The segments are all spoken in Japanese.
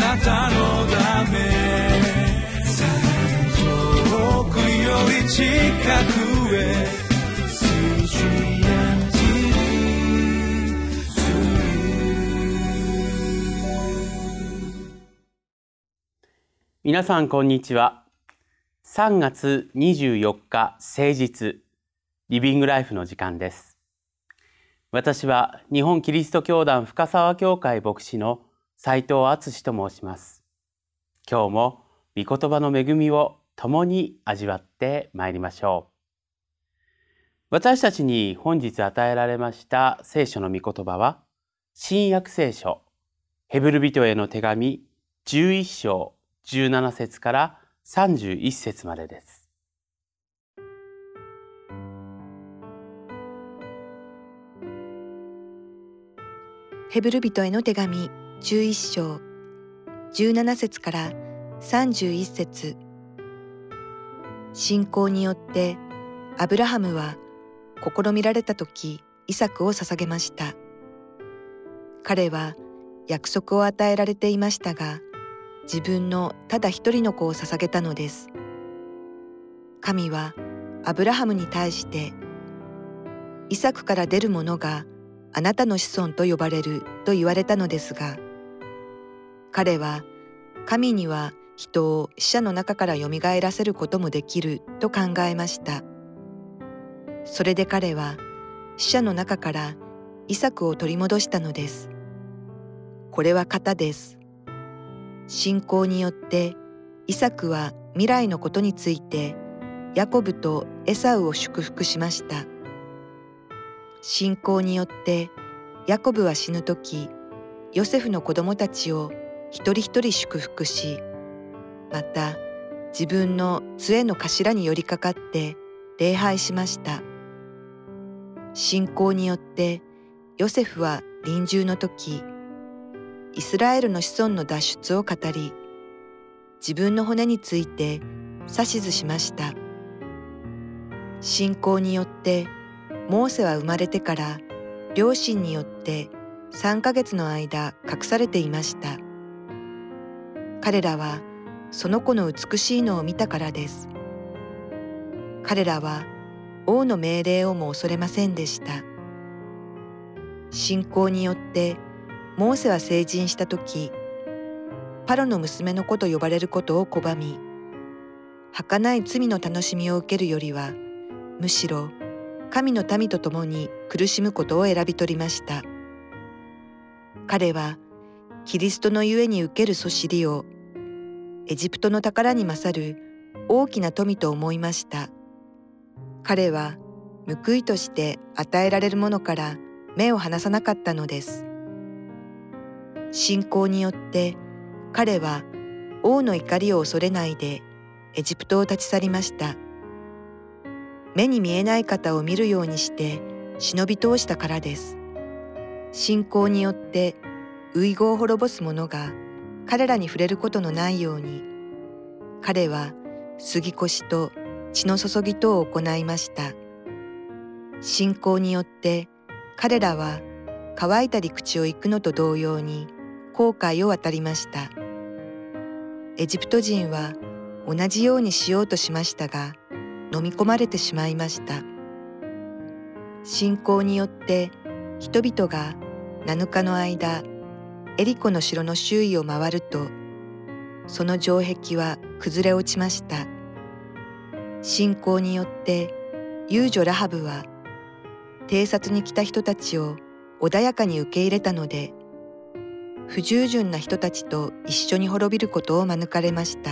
なたのため遠くより近くへ皆さんこんにちは。3月24日誠実リビングライフの時間です。私は日本キリスト教団深沢教会牧師の斉藤敦と申します。今日も御言葉の恵みを共に味わってまいりましょう。私たちに本日与えられました聖書の御言葉は、新約聖書ヘブル人への手紙11章17節から31節までです。 ヘブル人への手紙11章17節から31節。信仰によってアブラハムは試みられたときイサクを捧げました。彼は約束を与えられていましたが、自分のただ一人の子を捧げたのです。神はアブラハムに対して、イサクから出るものがあなたの子孫と呼ばれると言われたのですが、彼は神には人を死者の中からよみがえらせることもできると考えました。それで彼は死者の中からイサクを取り戻したのです。これは型です。信仰によってイサクは未来のことについてヤコブとエサウを祝福しました。信仰によってヤコブは死ぬとき、ヨセフの子供たちを一人一人祝福し、また自分の杖の頭に寄りかかって礼拝しました。信仰によってヨセフは臨終のとき、イスラエルの子孫の脱出を語り、自分の骨について指図しました。信仰によってモーセは生まれてから両親によって3ヶ月の間隠されていました。彼らはその子の美しいのを見たからです。彼らは王の命令をも恐れませんでした。信仰によってモーセは成人したとき、パロの娘の子と呼ばれることを拒み、儚い罪の楽しみを受けるよりは、むしろ神の民と共に苦しむことを選び取りました。彼はキリストのゆえに受けるそしりを、エジプトの宝に勝る大きな富と思いました。彼は報いとして与えられるものから目を離さなかったのです。信仰によって彼は王の怒りを恐れないでエジプトを立ち去りました。目に見えない方を見るようにして忍び通したからです。信仰によって遺語を滅ぼす者が彼らに触れることのないように、彼は杉越と血の注ぎとを行いました。信仰によって彼らは乾いた陸地を行くのと同様に紅海を渡りました。エジプト人は同じようにしようとしましたが、飲み込まれてしまいました。信仰によって人々が7日の間、エリコの城の周囲を回ると、その城壁は崩れ落ちました。信仰によって遊女ラハブは偵察に来た人たちを穏やかに受け入れたので、不従順な人たちと一緒に滅びることを免れました。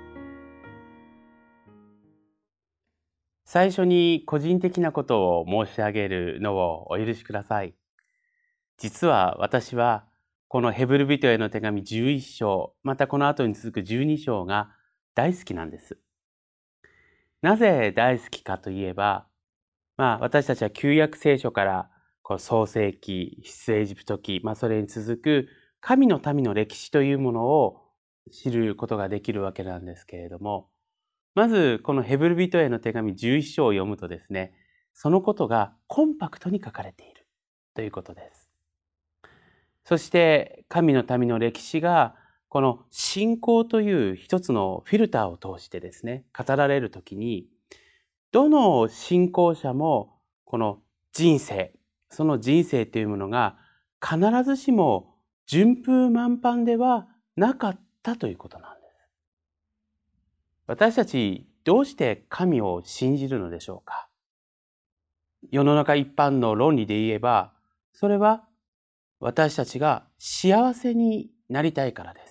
最初に個人的なことを申し上げるのをお許しください。実は私はこのヘブル人への手紙11章、またこの後に続く12章が大好きなんです。なぜ大好きかといえば、私たちは旧約聖書から創世記、出エジプト記、それに続く神の民の歴史というものを知ることができるわけなんですけれども、まずこのヘブル人への手紙11章を読むとですね、そのことがコンパクトに書かれているということです。そして神の民の歴史がこの信仰という一つのフィルターを通してですね、語られるときに、どの信仰者もこの人生、その人生というものが必ずしも順風満帆ではなかったということなんです。私たちどうして神を信じるのでしょうか。世の中一般の論理で言えば、それは私たちが幸せになりたいからです。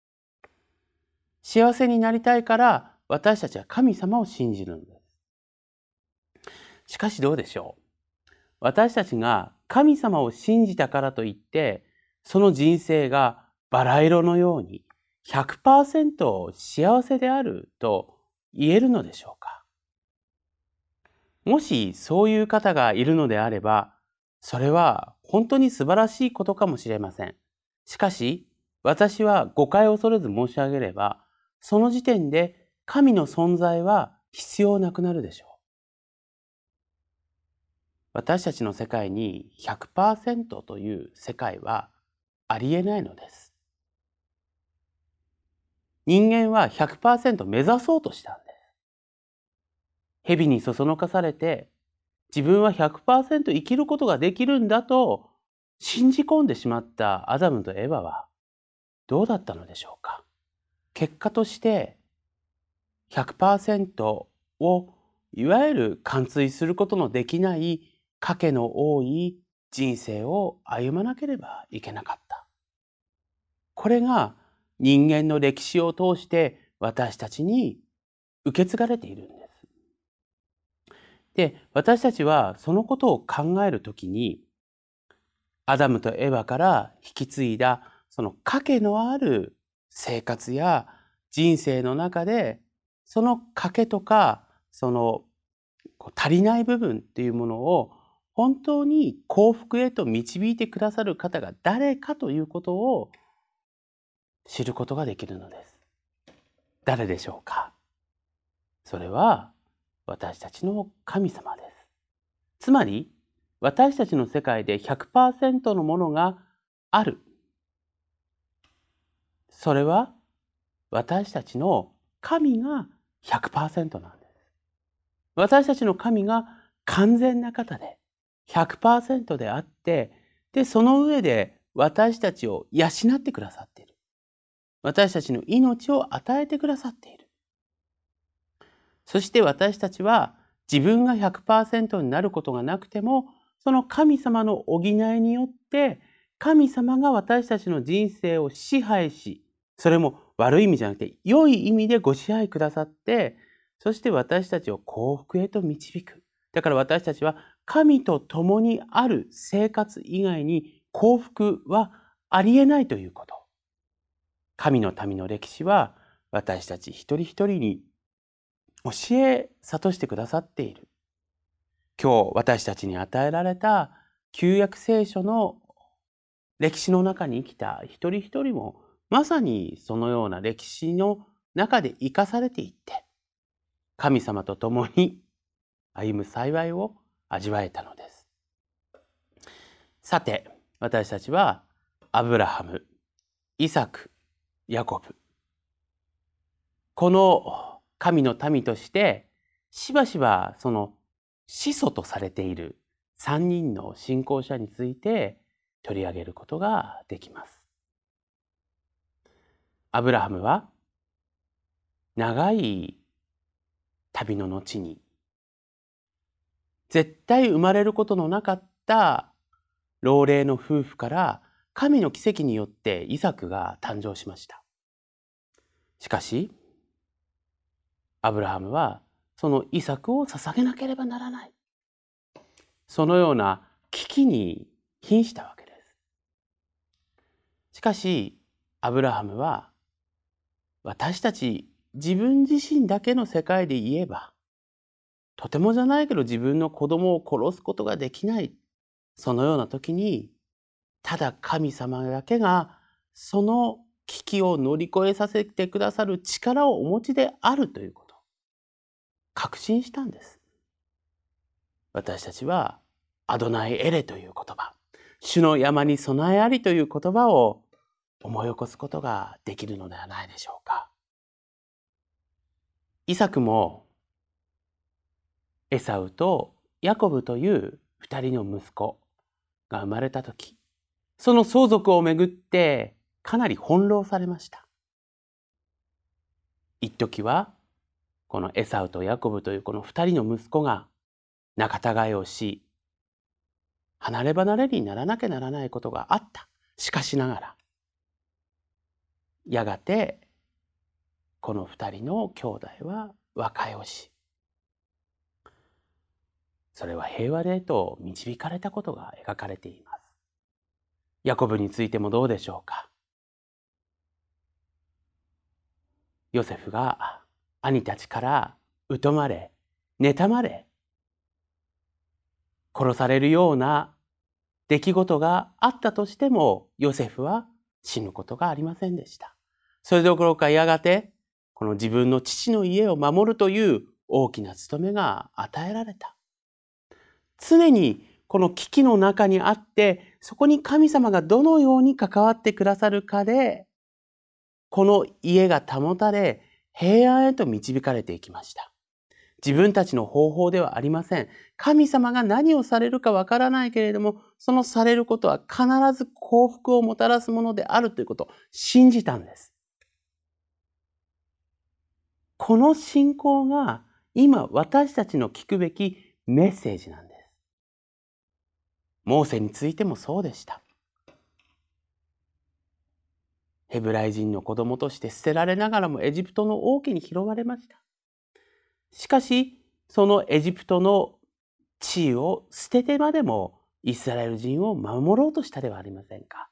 幸せになりたいから私たちは神様を信じるのです。しかしどうでしょう。私たちが神様を信じたからといって、その人生がバラ色のように 100% 幸せであると言えるのでしょうか。もしそういう方がいるのであれば、それは本当に素晴らしいことかもしれません。しかし、私は誤解を恐れず申し上げれば、その時点で神の存在は必要なくなるでしょう。私たちの世界に 100% という世界はありえないのです。人間は 100% 目指そうとしたんです。蛇にそそのかされて、自分は 100% 生きることができるんだと信じ込んでしまったアダムとエバはどうだったのでしょうか。結果として 100% をいわゆる完遂することのできない賭けの多い人生を歩まなければいけなかった。これが人間の歴史を通して私たちに受け継がれているんです。で、私たちはそのことを考えるときに、アダムとエバから引き継いだその賭けのある生活や人生の中で、その賭けとかその足りない部分っていうものを本当に幸福へと導いてくださる方が誰かということを知ることができるのです。誰でしょうか。それは私たちの神様です。つまり私たちの世界で 100% のものがある。それは私たちの神が 100% なんです。私たちの神が完全な方で 100% であって、でその上で私たちを養ってくださっている。私たちの命を与えてくださっている。そして私たちは自分が 100% になることがなくても、その神様の補いによって神様が私たちの人生を支配し、それも悪い意味じゃなくて良い意味でご支配くださって、そして私たちを幸福へと導く。だから私たちは神と共にある生活以外に幸福はありえないということ。神の民の歴史は私たち一人一人に教え諭してくださっている。今日私たちに与えられた旧約聖書の歴史の中に生きた一人一人もまさにそのような歴史の中で生かされていって、神様と共に歩む幸いを味わえたのです。さて、私たちはアブラハム、イサク、ヤコブ、この神の民としてしばしばその始祖とされている3人の信仰者について取り上げることができます。アブラハムは長い旅の後に絶対生まれることのなかった老齢の夫婦から神の奇跡によってイサクが誕生しました。しかしアブラハムはそのイサクを捧げなければならない、そのような危機に瀕したわけです。しかしアブラハムは私たち自分自身だけの世界で言えばとてもじゃないけど自分の子供を殺すことができない、そのような時にただ神様だけがその危機を乗り越えさせてくださる力をお持ちであるということ、確信したんです。私たちはアドナイエレという言葉、主の山に備えありという言葉を思い起こすことができるのではないでしょうか。イサクもエサウとヤコブという2人の息子が生まれたとき、その相続をめぐってかなり翻弄されました。一時はこのエサウとヤコブというこの2人の息子が仲違いをし、離れ離れにならなきゃならないことがあった。しかしながら、やがてこの2人の兄弟は和解をし、それは平和へと導かれたことが描かれています。ヤコブについてもどうでしょうか。ヨセフが兄たちから疎まれ、妬まれ、殺されるような出来事があったとしても、ヨセフは死ぬことがありませんでした。それどころかやがてこの自分の父の家を守るという大きな務めが与えられた。常にこの危機の中にあって、そこに神様がどのように関わってくださるかで、この家が保たれ、平安へと導かれていきました。自分たちの方法ではありません。神様が何をされるかわからないけれども、そのされることは必ず幸福をもたらすものであるということを信じたんです。この信仰が今私たちの聞くべきメッセージなんです。モーセについてもそうでした。ヘブライ人の子供として捨てられながらもエジプトの王家に拾われました。しかし、そのエジプトの地位を捨ててまでもイスラエル人を守ろうとしたではありませんか。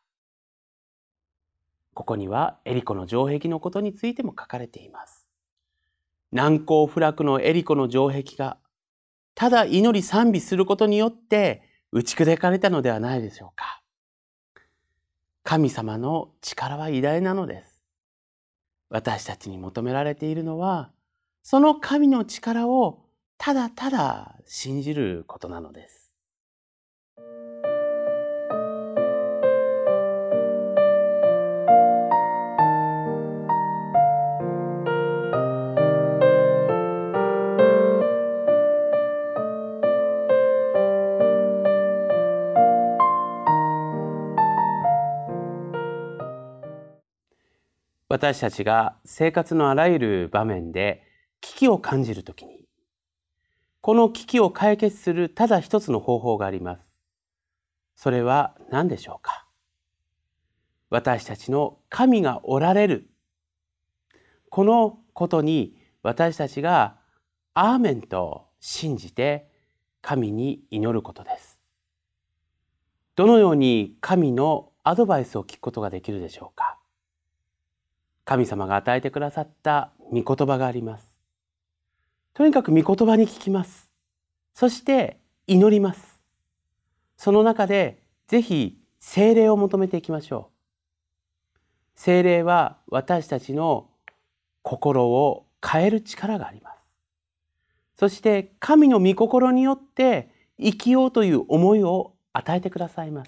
ここにはエリコの城壁のことについても書かれています。難攻不落のエリコの城壁がただ祈り賛美することによって打ち砕かれたのではないでしょうか。神様の力は偉大なのです。私たちに求められているのは、その神の力をただただ信じることなのです。私たちが生活のあらゆる場面で危機を感じるときに、この危機を解決するただ一つの方法があります。それは何でしょうか。私たちの神がおられる。このことに私たちがアーメンと信じて神に祈ることです。どのように神のアドバイスを聞くことができるでしょうか。神様が与えてくださった御言葉があります。とにかく御言葉に聞きます。そして祈ります。その中でぜひ聖霊を求めていきましょう。聖霊は私たちの心を変える力があります。そして神の御心によって生きようという思いを与えてくださいます。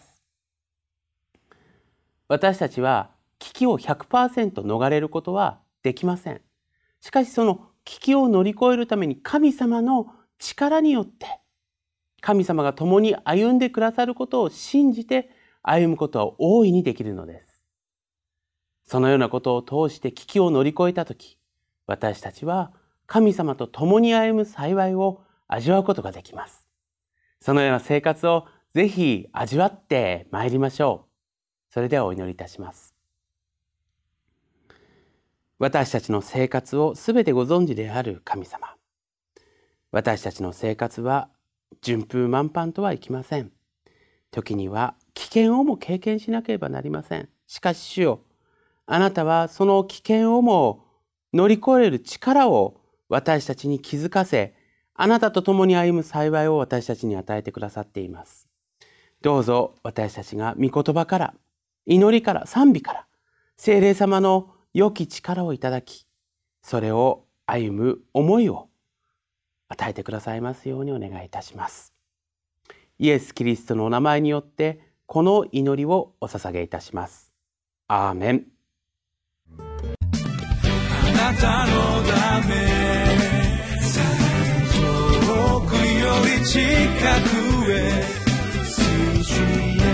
私たちは危機を 100% 逃れることはできません。しかしその危機を乗り越えるために神様の力によって神様が共に歩んでくださることを信じて歩むことは大いにできるのです。そのようなことを通して危機を乗り越えたとき、私たちは神様と共に歩む幸いを味わうことができます。そのような生活をぜひ味わってまいりましょう。それではお祈りいたします。私たちの生活をすべてご存知である神様。私たちの生活は順風満帆とはいきません。時には危険をも経験しなければなりません。しかし主よ、あなたはその危険をも乗り越える力を私たちに気づかせ、あなたと共に歩む幸いを私たちに与えてくださっています。どうぞ私たちが御言葉から、祈りから、賛美から、聖霊様の良き力をいただき、それを歩む思いを与えてくださいますようにお願いいたします。イエス・キリストのお名前によってこの祈りをお捧げいたします。 アーメン。 あなたのため遠くより近くへ